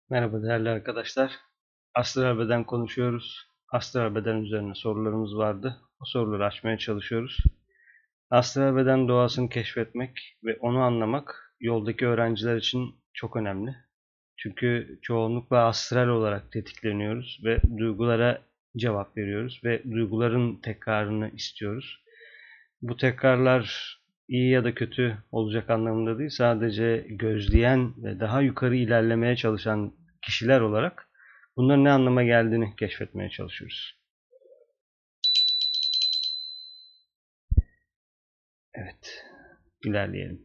Merhaba değerli arkadaşlar. Astral beden konuşuyoruz. Astral beden üzerine sorularımız vardı. O soruları açmaya çalışıyoruz. Astral beden doğasını keşfetmek ve onu anlamak yoldaki öğrenciler için çok önemli. Çünkü çoğunlukla astral olarak tetikleniyoruz ve duygulara cevap veriyoruz ve duyguların tekrarını istiyoruz. Bu tekrarlar iyi ya da kötü olacak anlamında değil, sadece gözleyen ve daha yukarı ilerlemeye çalışan kişiler olarak bunların ne anlama geldiğini keşfetmeye çalışıyoruz. Evet, ilerleyelim.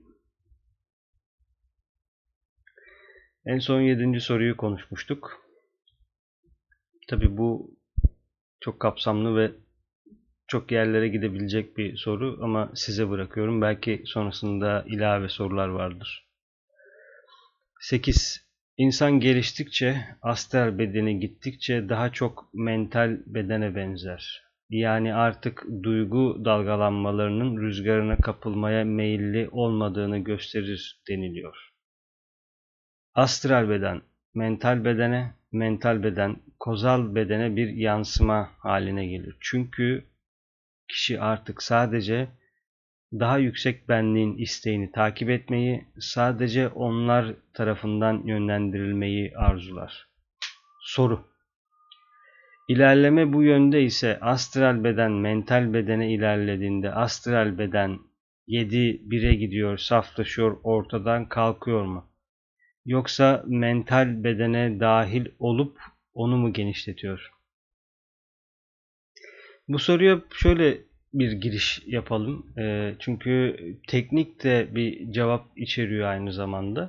En son 7. soruyu konuşmuştuk. Tabii bu çok kapsamlı ve çok yerlere gidebilecek bir soru ama size bırakıyorum. Belki sonrasında ilave sorular vardır. 8. İnsan geliştikçe, astral bedeni gittikçe daha çok mental bedene benzer. Yani artık duygu dalgalanmalarının rüzgarına kapılmaya meyilli olmadığını gösterir deniliyor. Astral beden, mental bedene, mental beden, kozal bedene bir yansıma haline gelir. Çünkü kişi artık sadece daha yüksek benliğin isteğini takip etmeyi, sadece onlar tarafından yönlendirilmeyi arzular. Soru: İlerleme bu yönde ise astral beden mental bedene ilerlediğinde astral beden 7-1'e gidiyor, saflaşıyor, ortadan kalkıyor mu? Yoksa mental bedene dahil olup onu mu genişletiyor? Bu soruya şöyle bir giriş yapalım. Çünkü teknik de bir cevap içeriyor aynı zamanda.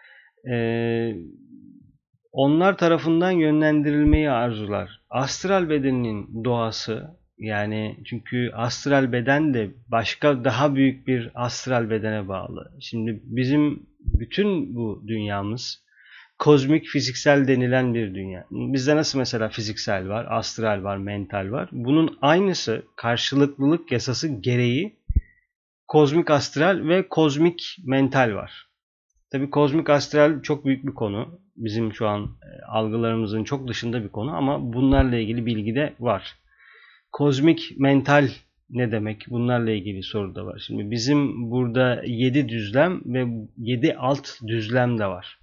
Ee, Onlar tarafından yönlendirilmeyi arzular. Astral bedenin doğası, yani çünkü astral beden de başka daha büyük bir astral bedene bağlı. Şimdi bizim bütün bu dünyamız kozmik fiziksel denilen bir dünya. Bizde nasıl mesela fiziksel var, astral var, mental var. Bunun aynısı karşılıklılık yasası gereği kozmik astral ve kozmik mental var. Tabii kozmik astral çok büyük bir konu. Bizim şu an algılarımızın çok dışında bir konu ama bunlarla ilgili bilgi de var. Kozmik mental ne demek? Bunlarla ilgili soru da var. Şimdi bizim burada 7 düzlem ve 7 alt düzlem de var.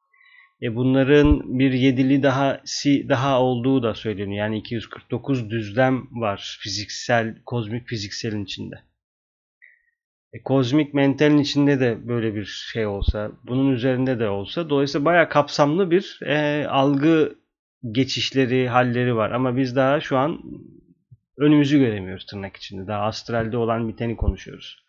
Bunların bir yedili daha olduğu da söyleniyor. Yani 249 düzlem var fiziksel, kozmik fizikselin içinde. Kozmik mentalin içinde de böyle bir şey olsa, bunun üzerinde de olsa, dolayısıyla bayağı kapsamlı bir algı geçişleri, halleri var. Ama biz daha şu an önümüzü göremiyoruz tırnak içinde. Daha astralde olan biteni konuşuyoruz.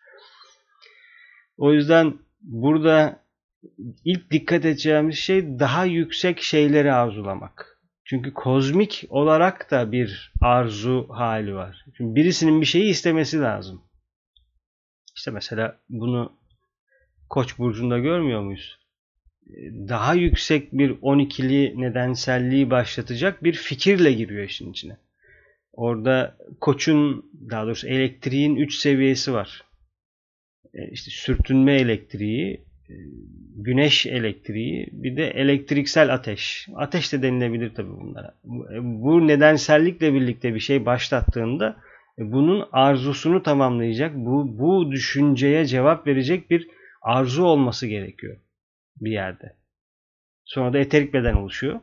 O yüzden burada ilk dikkat edeceğimiz şey daha yüksek şeyleri arzulamak. Çünkü kozmik olarak da bir arzu hali var. Çünkü birisinin bir şeyi istemesi lazım. İşte mesela bunu Koç burcunda görmüyor muyuz? Daha yüksek bir 12'li nedenselliği başlatacak bir fikirle giriyor işin içine. Orada Koç'un, daha doğrusu elektriğin 3 seviyesi var. İşte sürtünme elektriği, güneş elektriği, bir de elektriksel ateş. Ateş de denilebilir tabii bunlara. Bu nedensellikle birlikte bir şey başlattığında bunun arzusunu tamamlayacak, bu düşünceye cevap verecek bir arzu olması gerekiyor bir yerde. Sonra da eterik beden oluşuyor.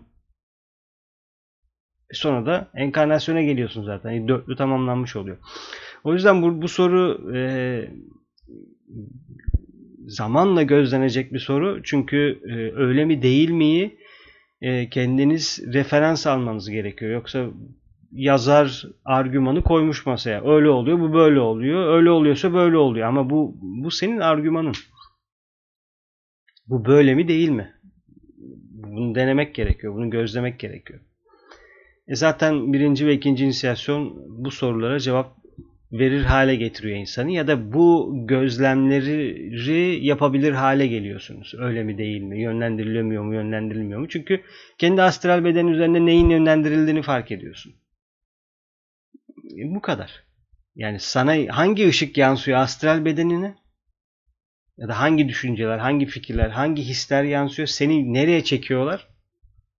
Sonra da enkarnasyona geliyorsun zaten. Yani dörtlü tamamlanmış oluyor. O yüzden bu soru zamanla gözlenecek bir soru. Çünkü öyle mi değil miyi kendiniz referans almanız gerekiyor. Yoksa yazar argümanı koymuş masaya. Öyle oluyor, bu böyle oluyor. Öyle oluyorsa böyle oluyor. Ama bu senin argümanın. Bu böyle mi değil mi? Bunu denemek gerekiyor. Bunu gözlemek gerekiyor. Zaten birinci ve ikinci inisiyasyon bu sorulara cevap verir hale getiriyor insanı ya da bu gözlemleri yapabilir hale geliyorsunuz. Öyle mi değil mi? Yönlendirilmiyor mu? Yönlendirilmiyor mu? Çünkü kendi astral beden üzerinde neyin yönlendirildiğini fark ediyorsun. Bu kadar. Yani sana hangi ışık yansıyor astral bedenine? Ya da hangi düşünceler, hangi fikirler, hangi hisler yansıyor? Seni nereye çekiyorlar?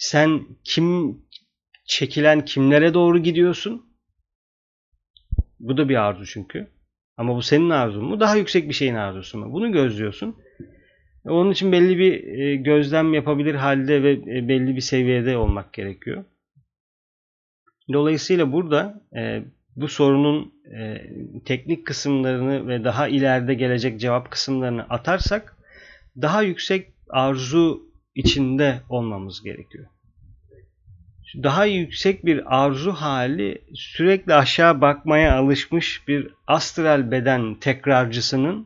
Sen çekilen kimlere doğru gidiyorsun? Bu da bir arzu çünkü. Ama bu senin arzun mu? Daha yüksek bir şeyin arzusu mu? Bunu gözlüyorsun. Onun için belli bir gözlem yapabilir halde ve belli bir seviyede olmak gerekiyor. Dolayısıyla burada bu sorunun teknik kısımlarını ve daha ileride gelecek cevap kısımlarını atarsak daha yüksek arzu içinde olmamız gerekiyor. Daha yüksek bir arzu hali sürekli aşağı bakmaya alışmış bir astral beden tekrarcısının,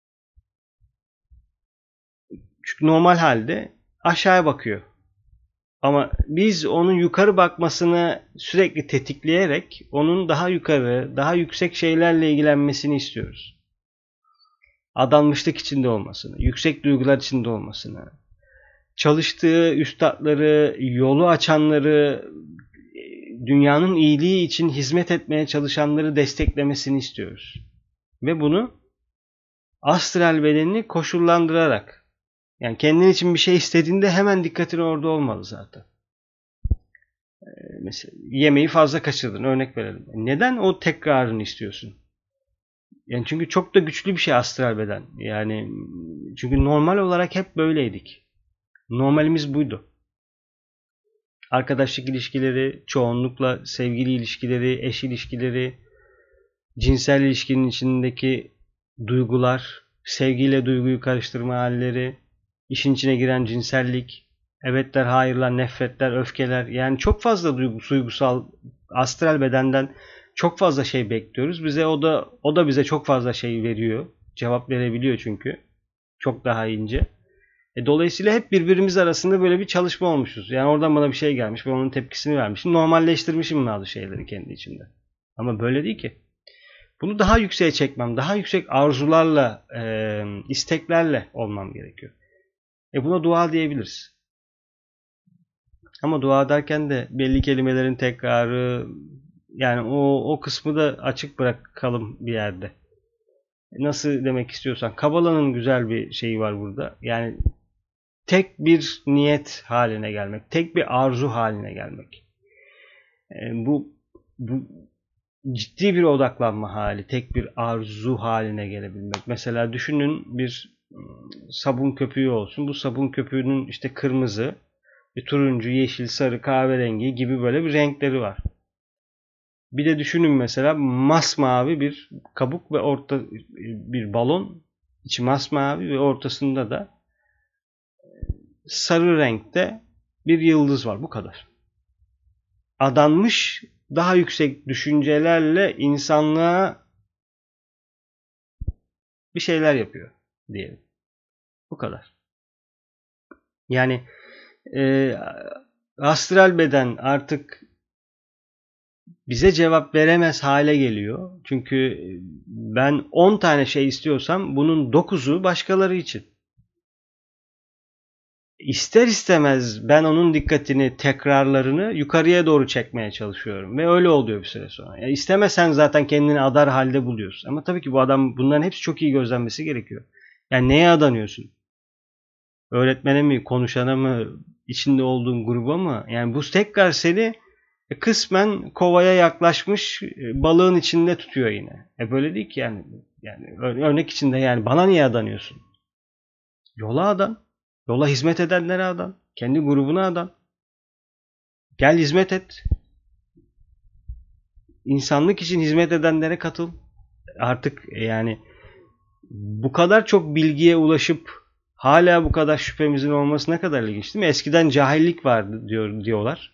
çünkü normal halde aşağıya bakıyor. Ama biz onun yukarı bakmasını sürekli tetikleyerek onun daha yukarı, daha yüksek şeylerle ilgilenmesini istiyoruz. Adanmışlık içinde olmasını, yüksek duygular içinde olmasını, çalıştığı üstadları, yolu açanları, dünyanın iyiliği için hizmet etmeye çalışanları desteklemesini istiyoruz. Ve bunu astral bedenini koşullandırarak, yani kendin için bir şey istediğinde hemen dikkatin orada olmalı zaten. Mesela yemeği fazla kaçırdın, örnek verelim. Neden o tekrarını istiyorsun? Yani çünkü çok da güçlü bir şey astral beden. Yani çünkü normal olarak hep böyleydik. Normalimiz buydu. Arkadaşlık ilişkileri, çoğunlukla sevgili ilişkileri, eş ilişkileri, cinsel ilişkinin içindeki duygular, sevgiyle duyguyu karıştırma halleri, işin içine giren cinsellik, evetler, hayırlar, nefretler, öfkeler. Yani çok fazla duygusal, astral bedenden çok fazla şey bekliyoruz. Bize o da bize çok fazla şey veriyor. Cevap verebiliyor çünkü. Çok daha ince. Dolayısıyla hep birbirimiz arasında böyle bir çalışma olmuşuz. Yani oradan bana bir şey gelmiş, ben onun tepkisini vermişim. Normalleştirmişim bazı şeyleri kendi içimde. Ama böyle değil ki. Bunu daha yükseğe çekmem, daha yüksek arzularla, isteklerle olmam gerekiyor. Buna dua diyebiliriz. Ama dua derken de belli kelimelerin tekrarı, yani o kısmı da açık bırakalım bir yerde. Nasıl demek istiyorsan. Kabala'nın güzel bir şeyi var burada. Yani tek bir niyet haline gelmek, tek bir arzu haline gelmek. Bu ciddi bir odaklanma hali, tek bir arzu haline gelebilmek. Mesela düşünün bir sabun köpüğü olsun. Bu sabun köpüğünün işte kırmızı, turuncu, yeşil, sarı, kahverengi gibi böyle bir renkleri var. Bir de düşünün mesela masmavi bir kabuk ve bir balon, içi masmavi ve ortasında da sarı renkte bir yıldız var. Bu kadar. Adanmış daha yüksek düşüncelerle insanlığa bir şeyler yapıyor diyelim. Bu kadar. Yani astral beden artık bize cevap veremez hale geliyor. Çünkü ben 10 tane şey istiyorsam bunun 9'u başkaları için. İster istemez ben onun dikkatini, tekrarlarını yukarıya doğru çekmeye çalışıyorum. Ve öyle oluyor bir süre sonra. Yani istemesen zaten kendini adar halde buluyorsun. Ama tabii ki bunların hepsi çok iyi gözlenmesi gerekiyor. Yani neye adanıyorsun? Öğretmene mi, konuşana mı, içinde olduğun gruba mı? Yani bu tekrar seni kısmen kovaya yaklaşmış balığın içinde tutuyor yine. Böyle değil ki yani. Yani örnek içinde, yani bana niye adanıyorsun? Yola adan. Yola hizmet edenlere adan. Kendi grubuna adan. Gel hizmet et. İnsanlık için hizmet edenlere katıl. Artık yani bu kadar çok bilgiye ulaşıp hala bu kadar şüphemizin olması ne kadar ilginç değil mi? Eskiden cahillik vardı diyorlar.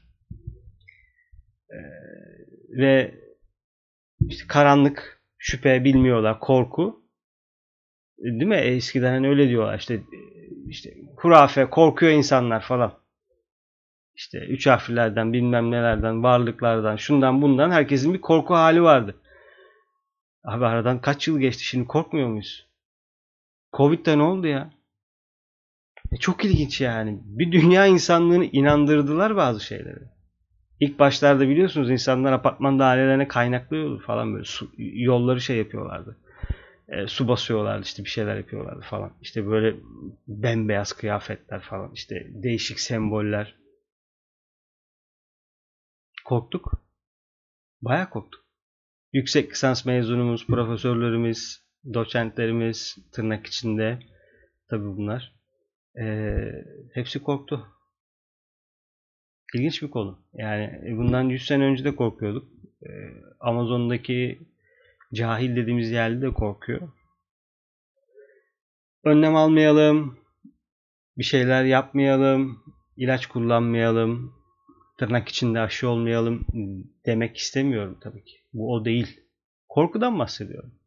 Ve işte karanlık, şüphe, bilmiyorlar, korku. Değil mi? Eskiden hani öyle diyorlar işte hurafe, korkuyor insanlar falan. İşte üç harflerden, bilmem nelerden, varlıklardan, şundan bundan herkesin bir korku hali vardı. Abi aradan kaç yıl geçti, şimdi korkmuyor muyuz? Covid'de ne oldu ya? Çok ilginç yani. Bir dünya insanlığını inandırdılar bazı şeyleri. İlk başlarda biliyorsunuz insanlar apartman dairelerine kaynaklıyordu falan, böyle yolları şey yapıyorlardı. Su basıyorlardı, işte bir şeyler yapıyorlardı falan. İşte böyle bembeyaz kıyafetler falan, işte değişik semboller. Korktuk. Bayağı korktuk. Yüksek lisans mezunumuz, profesörlerimiz, doçentlerimiz tırnak içinde tabii bunlar. Hepsi korktu. İlginç bir konu. Yani bundan 100 sene önce de korkuyorduk. Amazon'daki cahil dediğimiz yerli de korkuyor. Önlem almayalım, bir şeyler yapmayalım, ilaç kullanmayalım, tırnak içinde aşı olmayalım demek istemiyorum tabii ki. Bu o değil. Korkudan bahsediyorum.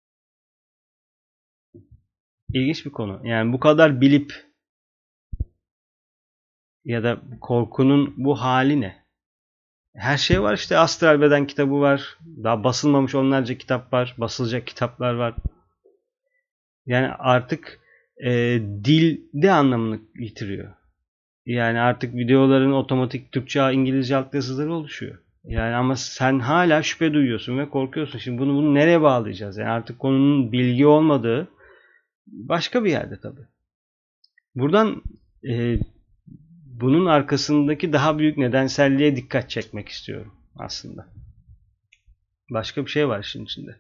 İlginç bir konu. Yani bu kadar bilip ya da korkunun bu hali ne? Her şey var işte. Astral Beden kitabı var. Daha basılmamış onlarca kitap var. Basılacak kitaplar var. Yani artık dil de anlamını yitiriyor. Yani artık videoların otomatik Türkçe, İngilizce altyazıları oluşuyor. Yani ama sen hala şüphe duyuyorsun ve korkuyorsun. Şimdi bunu nereye bağlayacağız? Yani artık konunun bilgi olmadığı başka bir yerde tabii. Buradan bunun arkasındaki daha büyük nedenselliğe dikkat çekmek istiyorum aslında. Başka bir şey var işin içinde.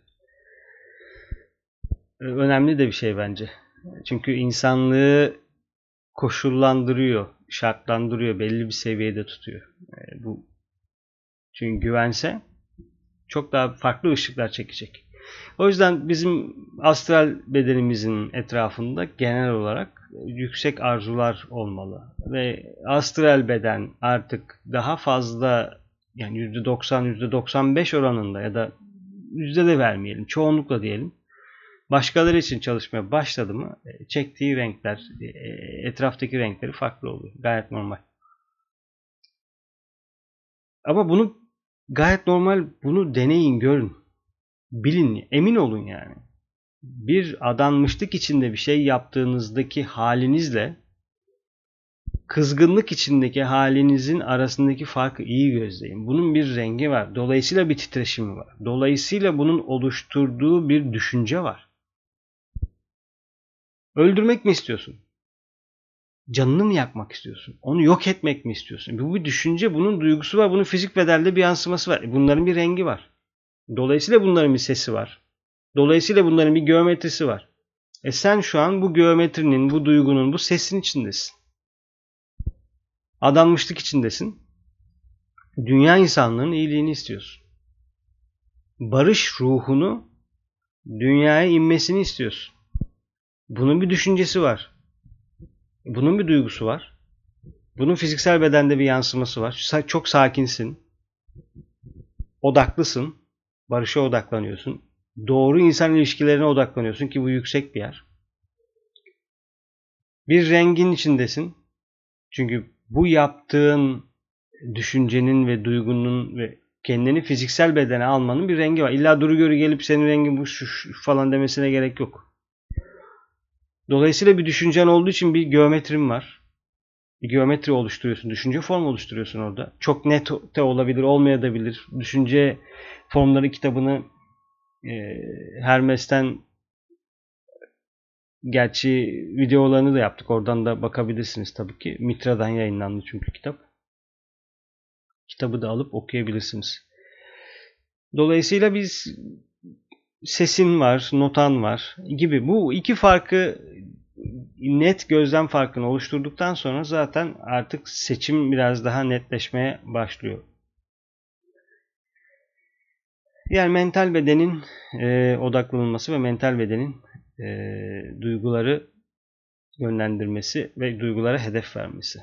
Önemli de bir şey bence. Çünkü insanlığı koşullandırıyor, şartlandırıyor, belli bir seviyede tutuyor. Bu çünkü güvense çok daha farklı ışıklar çekecek. O yüzden bizim astral bedenimizin etrafında genel olarak yüksek arzular olmalı. Ve astral beden artık daha fazla yani %90, %95 oranında ya da yüzde de vermeyelim, çoğunlukla diyelim. Başkaları için çalışmaya başladı mı çektiği renkler, etraftaki renkleri farklı oluyor. Gayet normal. Ama bunu gayet normal, bunu deneyin, görün. Bilin, emin olun yani. Bir adanmışlık içinde bir şey yaptığınızdaki halinizle kızgınlık içindeki halinizin arasındaki farkı iyi gözleyin. Bunun bir rengi var. Dolayısıyla bir titreşimi var. Dolayısıyla bunun oluşturduğu bir düşünce var. Öldürmek mi istiyorsun? Canını mı yakmak istiyorsun? Onu yok etmek mi istiyorsun? Bu bir düşünce, bunun duygusu var, bunun fizik bedelde bir yansıması var. Bunların bir rengi var. Dolayısıyla bunların bir sesi var. Dolayısıyla bunların bir geometrisi var. Sen şu an bu geometrinin, bu duygunun, bu sesin içindesin. Adanmışlık içindesin. Dünya insanlığının iyiliğini istiyorsun. Barış ruhunu dünyaya inmesini istiyorsun. Bunun bir düşüncesi var. Bunun bir duygusu var. Bunun fiziksel bedende bir yansıması var. Çok sakinsin. Odaklısın. Barışa odaklanıyorsun. Doğru insan ilişkilerine odaklanıyorsun ki bu yüksek bir yer. Bir rengin içindesin. Çünkü bu yaptığın düşüncenin ve duygunun ve kendini fiziksel bedene almanın bir rengi var. İlla duru görü gelip senin rengin bu şu falan demesine gerek yok. Dolayısıyla bir düşüncen olduğu için bir geometrin var. Bir geometri oluşturuyorsun. Düşünce formu oluşturuyorsun orada. Çok net de olabilir, olmayabilir. Düşünce formları kitabını Hermes'ten gerçi videolarını da yaptık. Oradan da bakabilirsiniz tabii ki. Mitra'dan yayınlandı çünkü kitap. Kitabı da alıp okuyabilirsiniz. Dolayısıyla biz sesin var, notan var gibi bu iki farkı net gözlem farkını oluşturduktan sonra zaten artık seçim biraz daha netleşmeye başlıyor. Yani mental bedenin odaklanılması ve mental bedenin duyguları yönlendirmesi ve duygulara hedef vermesi.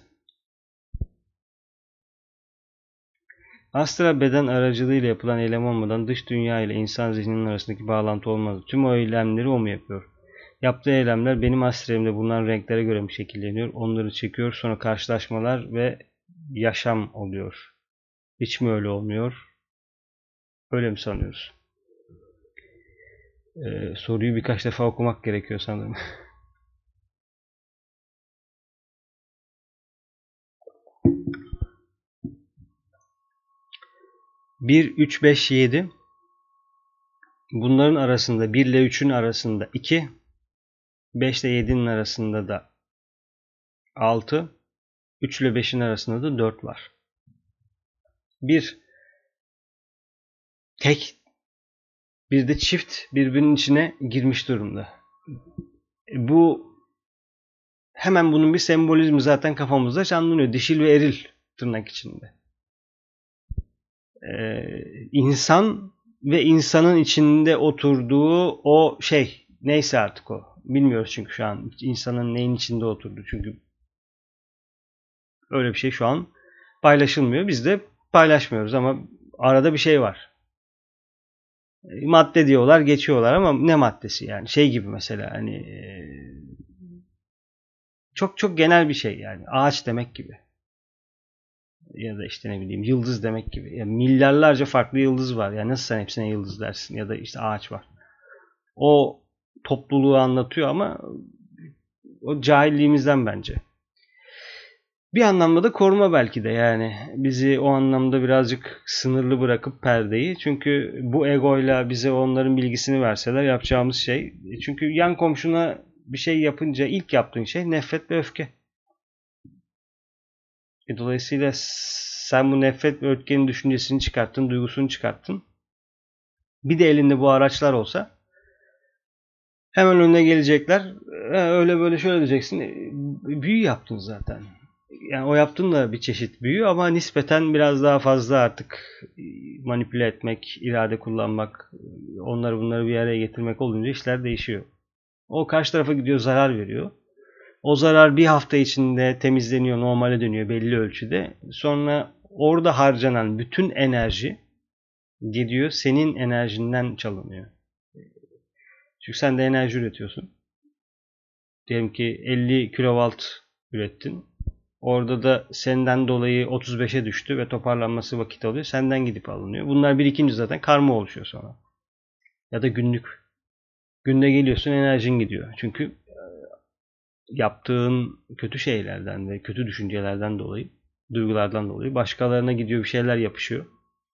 Astral beden aracılığıyla yapılan eylem olmadan dış dünya ile insan zihninin arasındaki bağlantı olmaz. Tüm o eylemleri o mu yapıyor? Yaptığı eylemler benim astralimde bulunan renklere göre mi şekilleniyor? Onları çekiyor, sonra karşılaşmalar ve yaşam oluyor. Hiç mi öyle olmuyor? Öyle mi sanıyoruz? Soruyu birkaç defa okumak gerekiyor sanırım. 1, 3, 5, 7. Bunların arasında 1 ile 3'ün arasında 2. 5 ile 7'nin arasında da 6. 3 ile 5'in arasında da 4 var. 1. tek bir de çift birbirinin içine girmiş durumda. Bu hemen bunun bir sembolizmi zaten kafamızda canlanıyor. Dişil ve eril tırnak içinde. İnsan ve insanın içinde oturduğu o şey neyse artık o. Bilmiyoruz çünkü şu an insanın neyin içinde oturduğu. Çünkü öyle bir şey şu an paylaşılmıyor. Biz de paylaşmıyoruz ama arada bir şey var. Madde diyorlar, geçiyorlar ama ne maddesi yani? Şey gibi mesela hani çok çok genel bir şey yani. Ağaç demek gibi. Ya da işte ne bileyim yıldız demek gibi. Yani milyarlarca farklı yıldız var. Yani nasıl sen hepsine yıldız dersin? Ya da işte ağaç var. O topluluğu anlatıyor ama o cahilliğimizden bence. Bir anlamda da koruma belki de yani. Bizi o anlamda birazcık sınırlı bırakıp perdeyi. Çünkü bu egoyla bize onların bilgisini verseler yapacağımız şey. Çünkü yan komşuna bir şey yapınca ilk yaptığın şey nefret ve öfke. Dolayısıyla sen bu nefret ve öfkenin düşüncesini çıkarttın, duygusunu çıkarttın. Bir de elinde bu araçlar olsa hemen önüne gelecekler. Öyle böyle şöyle diyeceksin. Büyü yaptın zaten. Yani o yaptığın da bir çeşit büyü ama nispeten biraz daha fazla artık manipüle etmek, irade kullanmak, onları bunları bir araya getirmek olunca işler değişiyor. O karşı tarafa gidiyor, zarar veriyor. O zarar bir hafta içinde temizleniyor, normale dönüyor belli ölçüde. Sonra orada harcanan bütün enerji gidiyor, senin enerjinden çalınıyor. Çünkü sen de enerji üretiyorsun. Diyelim ki 50 kilowatt ürettin. Orada da senden dolayı 35'e düştü ve toparlanması vakit alıyor. Senden gidip alınıyor. Bunlar birikince zaten karma oluşuyor sonra. Ya da günlük. Günde geliyorsun enerjin gidiyor. Çünkü yaptığın kötü şeylerden ve kötü düşüncelerden dolayı, duygulardan dolayı başkalarına gidiyor bir şeyler yapışıyor.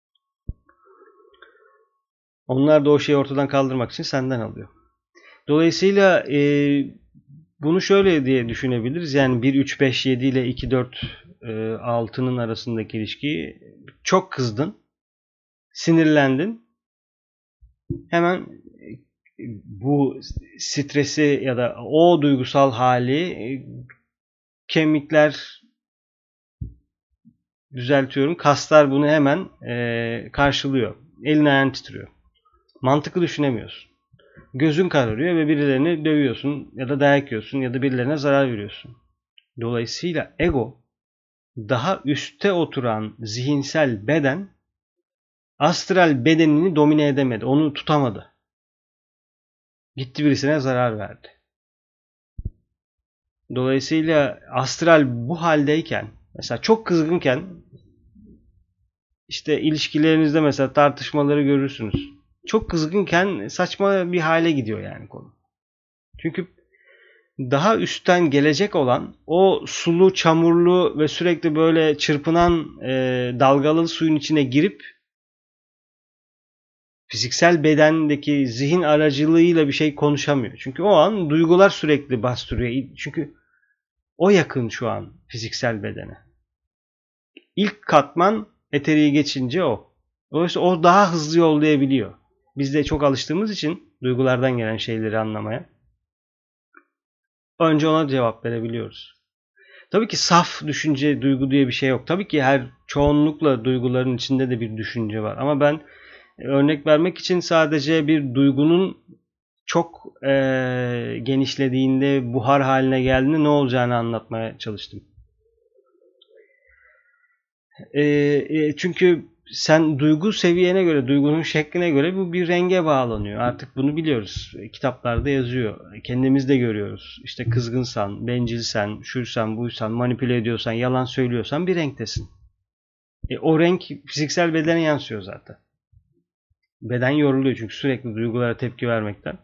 Onlar da o şeyi ortadan kaldırmak için senden alıyor. Dolayısıyla bunu şöyle diye düşünebiliriz. Yani 1-3-5-7 ile 2-4-6'nın arasındaki ilişkiyi çok kızdın, sinirlendin. Hemen bu stresi ya da o duygusal hali kemikler düzeltiyorum. Kaslar bunu hemen karşılıyor. Elin ayağın titriyor. Mantıklı düşünemiyorsun. Gözün kararıyor ve birilerini dövüyorsun ya da dayak yiyorsun ya da birilerine zarar veriyorsun. Dolayısıyla ego daha üstte oturan zihinsel beden astral bedenini domine edemedi. Onu tutamadı. Gitti birisine zarar verdi. Dolayısıyla astral bu haldeyken mesela çok kızgınken işte ilişkilerinizde mesela tartışmaları görürsünüz. Çok kızgınken saçma bir hale gidiyor yani konu. Çünkü daha üstten gelecek olan o sulu, çamurlu ve sürekli böyle çırpınan dalgalı suyun içine girip fiziksel bedendeki zihin aracılığıyla bir şey konuşamıyor. Çünkü o an duygular sürekli bastırıyor. Çünkü o yakın şu an fiziksel bedene. İlk katman eteriği geçince o. Dolayısıyla o daha hızlı yollayabiliyor. Biz de çok alıştığımız için duygulardan gelen şeyleri anlamaya önce ona cevap verebiliyoruz. Tabii ki saf düşünce, duygu diye bir şey yok. Tabii ki çoğunlukla duyguların içinde de bir düşünce var. Ama ben örnek vermek için sadece bir duygunun çok genişlediğinde, buhar haline geldiğinde ne olacağını anlatmaya çalıştım. Çünkü sen duygu seviyene göre, duygunun şekline göre bu bir renge bağlanıyor. Artık bunu biliyoruz. Kitaplarda yazıyor. Kendimiz de görüyoruz. İşte kızgınsan, bencilsen, şuysan, buysan, manipüle ediyorsan, yalan söylüyorsan bir renktesin. O renk fiziksel bedene yansıyor zaten. Beden yoruluyor çünkü sürekli duygulara tepki vermekten.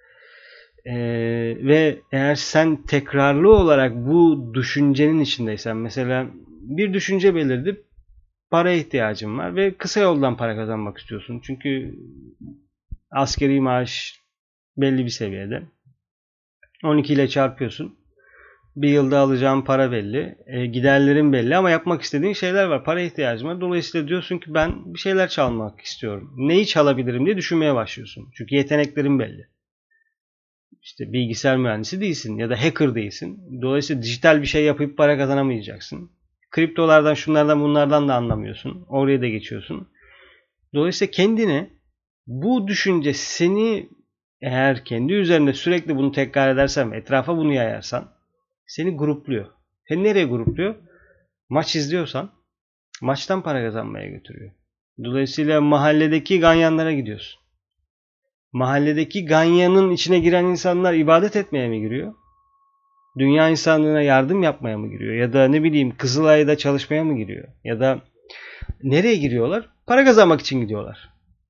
Ve eğer sen tekrarlı olarak bu düşüncenin içindeysen, mesela bir düşünce belirdi, para ihtiyacın var ve kısa yoldan para kazanmak istiyorsun. Çünkü askeri maaş belli bir seviyede. 12 ile çarpıyorsun. Bir yılda alacağım para belli. Giderlerim belli ama yapmak istediğin şeyler var. Para ihtiyacım var. Dolayısıyla diyorsun ki ben bir şeyler çalmak istiyorum. Neyi çalabilirim diye düşünmeye başlıyorsun. Çünkü yeteneklerin belli. İşte bilgisayar mühendisi değilsin ya da hacker değilsin. Dolayısıyla dijital bir şey yapıp para kazanamayacaksın. Kriptolardan, şunlardan, bunlardan da anlamıyorsun. Oraya da geçiyorsun. Dolayısıyla kendine bu düşünce seni, eğer kendi üzerinde sürekli bunu tekrar edersen ve etrafa bunu yayarsan, seni grupluyor. Seni nereye grupluyor? Maç izliyorsan maçtan para kazanmaya götürüyor. Dolayısıyla mahalledeki ganyanlara gidiyorsun. Mahalledeki ganyanın içine giren insanlar ibadet etmeye mi giriyor? Dünya insanlığına yardım yapmaya mı giriyor? Ya da ne bileyim Kızılay'da çalışmaya mı giriyor? Ya da nereye giriyorlar? Para kazanmak için gidiyorlar.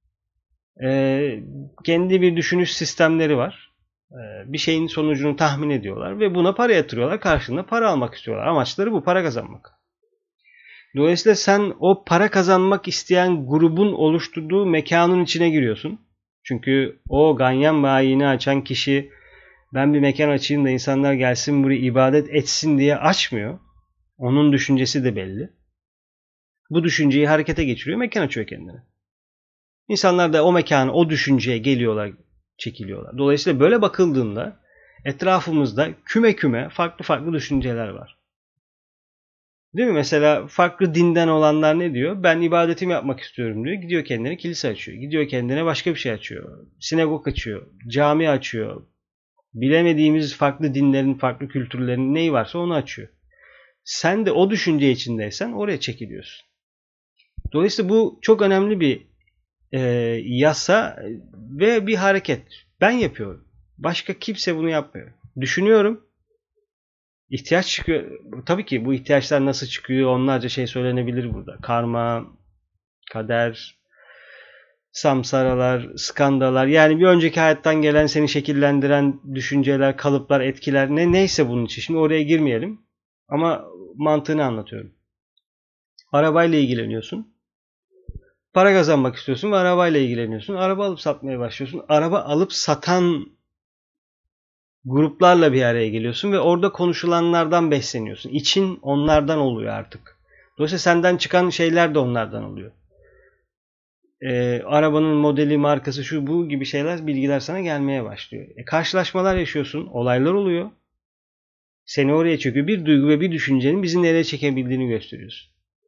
Kendi bir düşünüş sistemleri var. Bir şeyin sonucunu tahmin ediyorlar ve buna para yatırıyorlar. Karşılığında para almak istiyorlar. Amaçları bu, para kazanmak. Dolayısıyla sen o para kazanmak isteyen grubun oluşturduğu mekanın içine giriyorsun. Çünkü o ganyan bayini açan kişi ben bir mekan açayım da insanlar gelsin buraya ibadet etsin diye açmıyor. Onun düşüncesi de belli. Bu düşünceyi harekete geçiriyor, mekan açıyor kendine. İnsanlar da o mekana, o düşünceye geliyorlar, çekiliyorlar. Dolayısıyla böyle bakıldığında etrafımızda küme küme farklı farklı düşünceler var. Değil mi? Mesela farklı dinden olanlar ne diyor? Ben ibadetimi yapmak istiyorum diyor. Gidiyor kendine kilise açıyor. Gidiyor kendine başka bir şey açıyor. Sinagog açıyor. Cami açıyor. Bilemediğimiz farklı dinlerin, farklı kültürlerin neyi varsa onu açıyor. Sen de o düşünce içindeysen oraya çekiliyorsun. Dolayısıyla bu çok önemli bir yasa ve bir hareket. Ben yapıyorum. Başka kimse bunu yapmıyor. Düşünüyorum. İhtiyaç çıkıyor. Tabii ki bu ihtiyaçlar nasıl çıkıyor? Onlarca şey söylenebilir burada. Karma, kader, samsaralar, skandallar. Yani bir önceki hayattan gelen seni şekillendiren düşünceler, kalıplar, etkiler neyse bunun için. Şimdi oraya girmeyelim. Ama mantığını anlatıyorum. Arabayla ilgileniyorsun. Para kazanmak istiyorsun ve arabayla ilgileniyorsun. Araba alıp satmaya başlıyorsun. Araba alıp satan gruplarla bir araya geliyorsun ve orada konuşulanlardan besleniyorsun. İçin onlardan oluyor artık. Dolayısıyla senden çıkan şeyler de onlardan oluyor. Arabanın modeli, markası, şu bu gibi şeyler, bilgiler sana gelmeye başlıyor. Karşılaşmalar yaşıyorsun, olaylar oluyor. Seni oraya çekiyor. Bir duygu ve bir düşüncenin bizi nereye çekebildiğini gösteriyorsun.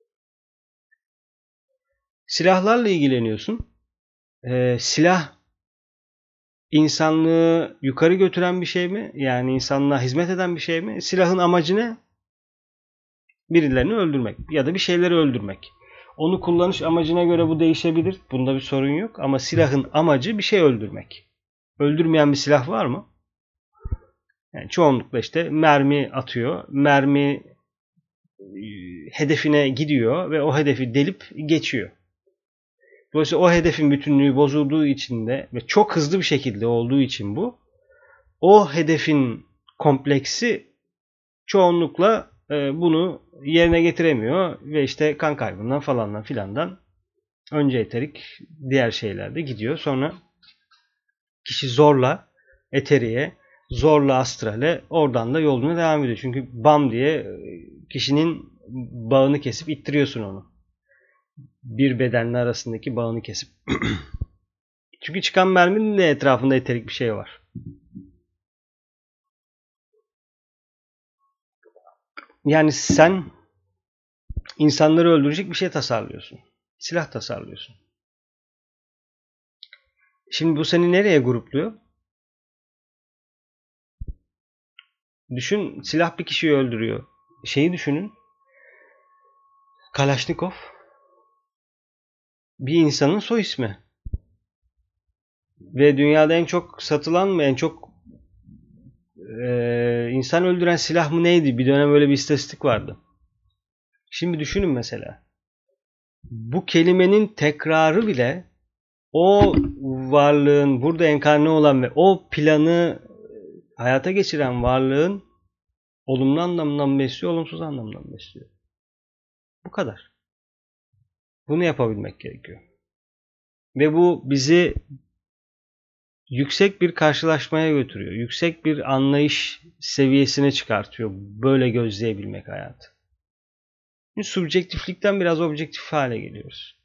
Silahlarla ilgileniyorsun. Silah insanlığı yukarı götüren bir şey mi? Yani insanlığa hizmet eden bir şey mi? Silahın amacı ne? Birilerini öldürmek ya da bir şeyleri öldürmek. Onu kullanış amacına göre bu değişebilir. Bunda bir sorun yok. Ama silahın amacı bir şey öldürmek. Öldürmeyen bir silah var mı? Yani çoğunlukla işte mermi atıyor. Mermi hedefine gidiyor ve o hedefi delip geçiyor. Dolayısıyla o hedefin bütünlüğü bozulduğu için de ve çok hızlı bir şekilde olduğu için bu, o hedefin kompleksi çoğunlukla bunu yerine getiremiyor ve işte kan kaybından falandan filandan önce eterik diğer şeyler de gidiyor. Sonra kişi zorla eteriğe, zorla astrale, oradan da yoluna devam ediyor. Çünkü bam diye kişinin bağını kesip ittiriyorsun onu. Bir bedenle arasındaki bağını kesip. Çünkü çıkan merminin de etrafında eterik bir şey var. Yani sen insanları öldürecek bir şey tasarlıyorsun. Silah tasarlıyorsun. Şimdi bu seni nereye grupluyor? Düşün, silah bir kişiyi öldürüyor. Şeyi düşünün. Kalaşnikov bir insanın soy ismi. Ve dünyada en çok satılan mı, en çok insan öldüren silah mı neydi? Bir dönem öyle bir istatistik vardı. Şimdi düşünün mesela. Bu kelimenin tekrarı bile o varlığın, burada enkarne olan ve o planı hayata geçiren varlığın olumlu anlamdan besliyor, olumsuz anlamdan besliyor. Bu kadar. Bunu yapabilmek gerekiyor. Ve bu bizi yüksek bir karşılaşmaya götürüyor. Yüksek bir anlayış seviyesine çıkartıyor. Böyle gözleyebilmek hayatı. Subjektiflikten biraz objektif hale geliyoruz.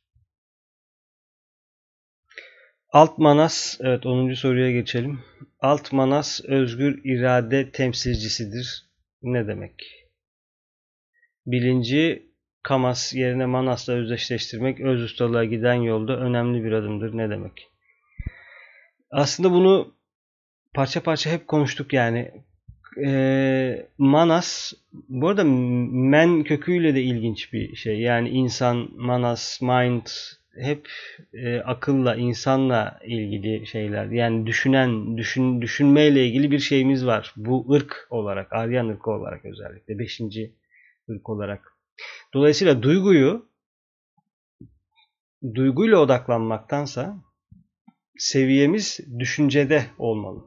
Alt manas, evet 10. soruya geçelim. Alt manas özgür irade temsilcisidir. Ne demek? Bilinci kamas yerine manasla özdeşleştirmek öz ustalığa giden yolda önemli bir adımdır. Ne demek? Aslında bunu parça parça hep konuştuk yani. Manas, bu arada men köküyle de ilginç bir şey. Yani insan, manas, mind hep akılla, insanla ilgili şeyler. Yani düşünmeyle ilgili bir şeyimiz var. Bu ırk olarak, Aryan ırkı olarak özellikle. 5. ırk olarak. Dolayısıyla duyguyla odaklanmaktansa seviyemiz düşüncede olmalı.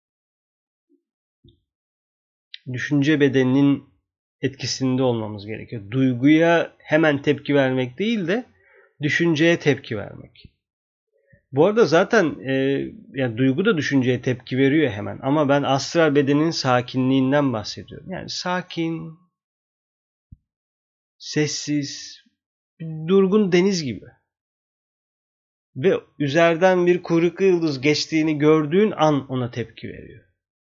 Düşünce bedeninin etkisinde olmamız gerekiyor. Duyguya hemen tepki vermek değil de düşünceye tepki vermek. Bu arada zaten yani duygu da düşünceye tepki veriyor hemen. Ama ben astral bedenin sakinliğinden bahsediyorum. Yani sakin, sessiz, durgun deniz gibi. Ve üzerden bir kuyruklu yıldız geçtiğini gördüğün an ona tepki veriyor.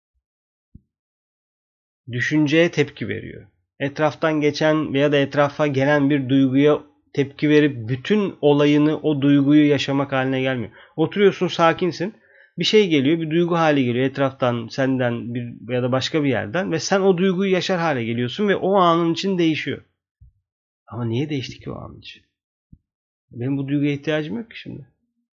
Düşünceye tepki veriyor. Etraftan geçen veya da etrafa gelen bir duyguya tepki verip bütün olayını o duyguyu yaşamak haline gelmiyor. Oturuyorsun, sakinsin. Bir şey geliyor, bir duygu hali geliyor etraftan, senden bir ya da başka bir yerden ve sen o duyguyu yaşar hale geliyorsun ve o anın için değişiyor. Ama niye değişti ki o an için? Benim bu duyguya ihtiyacım yok ki şimdi.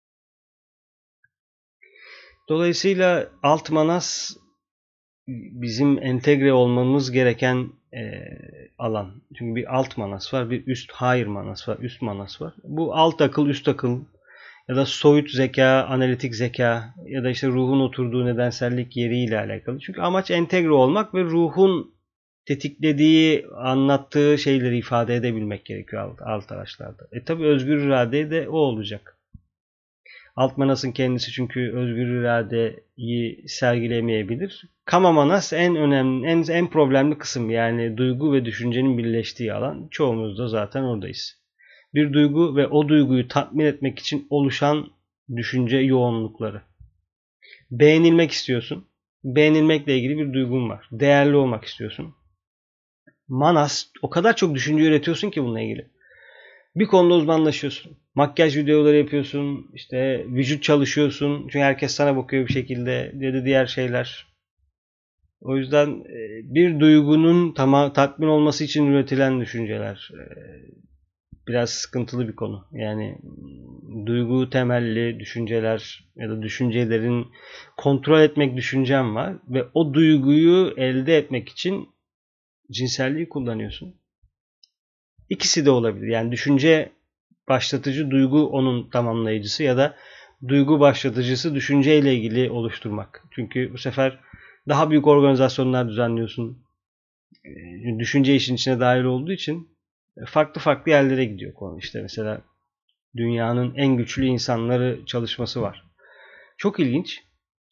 Dolayısıyla alt manas bizim entegre olmamız gereken alan. Çünkü bir alt manas var, bir üst higher manas var, üst manas var. Bu alt akıl, üst akıl ya da soyut zeka, analitik zeka ya da işte ruhun oturduğu nedensellik yeriyle alakalı. Çünkü amaç entegre olmak ve ruhun tetiklediği, anlattığı şeyleri ifade edebilmek gerekiyor alt araçlarda. Tabi özgür irade de o olacak. Alt manasın kendisi çünkü özgür iradeyi sergilemeyebilir. Kama manas en önemli, en problemli kısım, yani duygu ve düşüncenin birleştiği alan. Çoğumuz da zaten oradayız. Bir duygu ve o duyguyu tatmin etmek için oluşan düşünce yoğunlukları. Beğenilmek istiyorsun. Beğenilmekle ilgili bir duygun var. Değerli olmak istiyorsun. Manas, o kadar çok düşünce üretiyorsun ki bununla ilgili. Bir konuda uzmanlaşıyorsun. Makyaj videoları yapıyorsun. İşte vücut çalışıyorsun. Çünkü herkes sana bakıyor bir şekilde. Ya da diğer şeyler. O yüzden bir duygunun tatmin olması için üretilen düşünceler biraz sıkıntılı bir konu. Yani duygu temelli düşünceler ya da düşüncelerin kontrol etmek düşüncem var ve o duyguyu elde etmek için cinselliği kullanıyorsun. İkisi de olabilir. Yani düşünce başlatıcı, duygu onun tamamlayıcısı ya da duygu başlatıcısı düşünceyle ilgili oluşturmak. Çünkü bu sefer daha büyük organizasyonlar düzenliyorsun. Düşünce işin içine dahil olduğu için farklı farklı yerlere gidiyor konu. İşte mesela dünyanın en güçlü insanları çalışması var. Çok ilginç.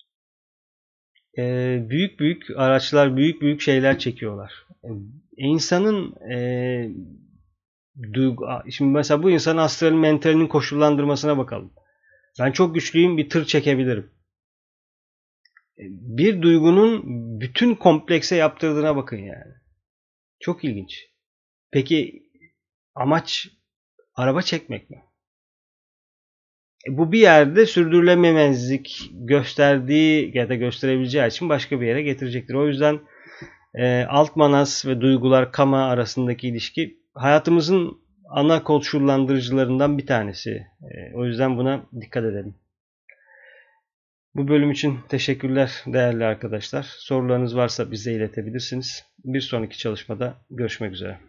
Büyük büyük araçlar, büyük büyük şeyler çekiyorlar. İnsanın şimdi mesela bu insanın astral mentalinin koşullandırmasına bakalım. Ben çok güçlüyüm, bir tır çekebilirim. Bir duygunun bütün komplekse yaptırdığına bakın yani. Çok ilginç. Peki amaç araba çekmek mi? Bu bir yerde sürdürülememezlik gösterdiği ya da gösterebileceği için başka bir yere getirecektir. O yüzden alt manas ve duygular, kama arasındaki ilişki hayatımızın ana koşullandırıcılarından bir tanesi. O yüzden buna dikkat edelim. Bu bölüm için teşekkürler değerli arkadaşlar. Sorularınız varsa bize iletebilirsiniz. Bir sonraki çalışmada görüşmek üzere.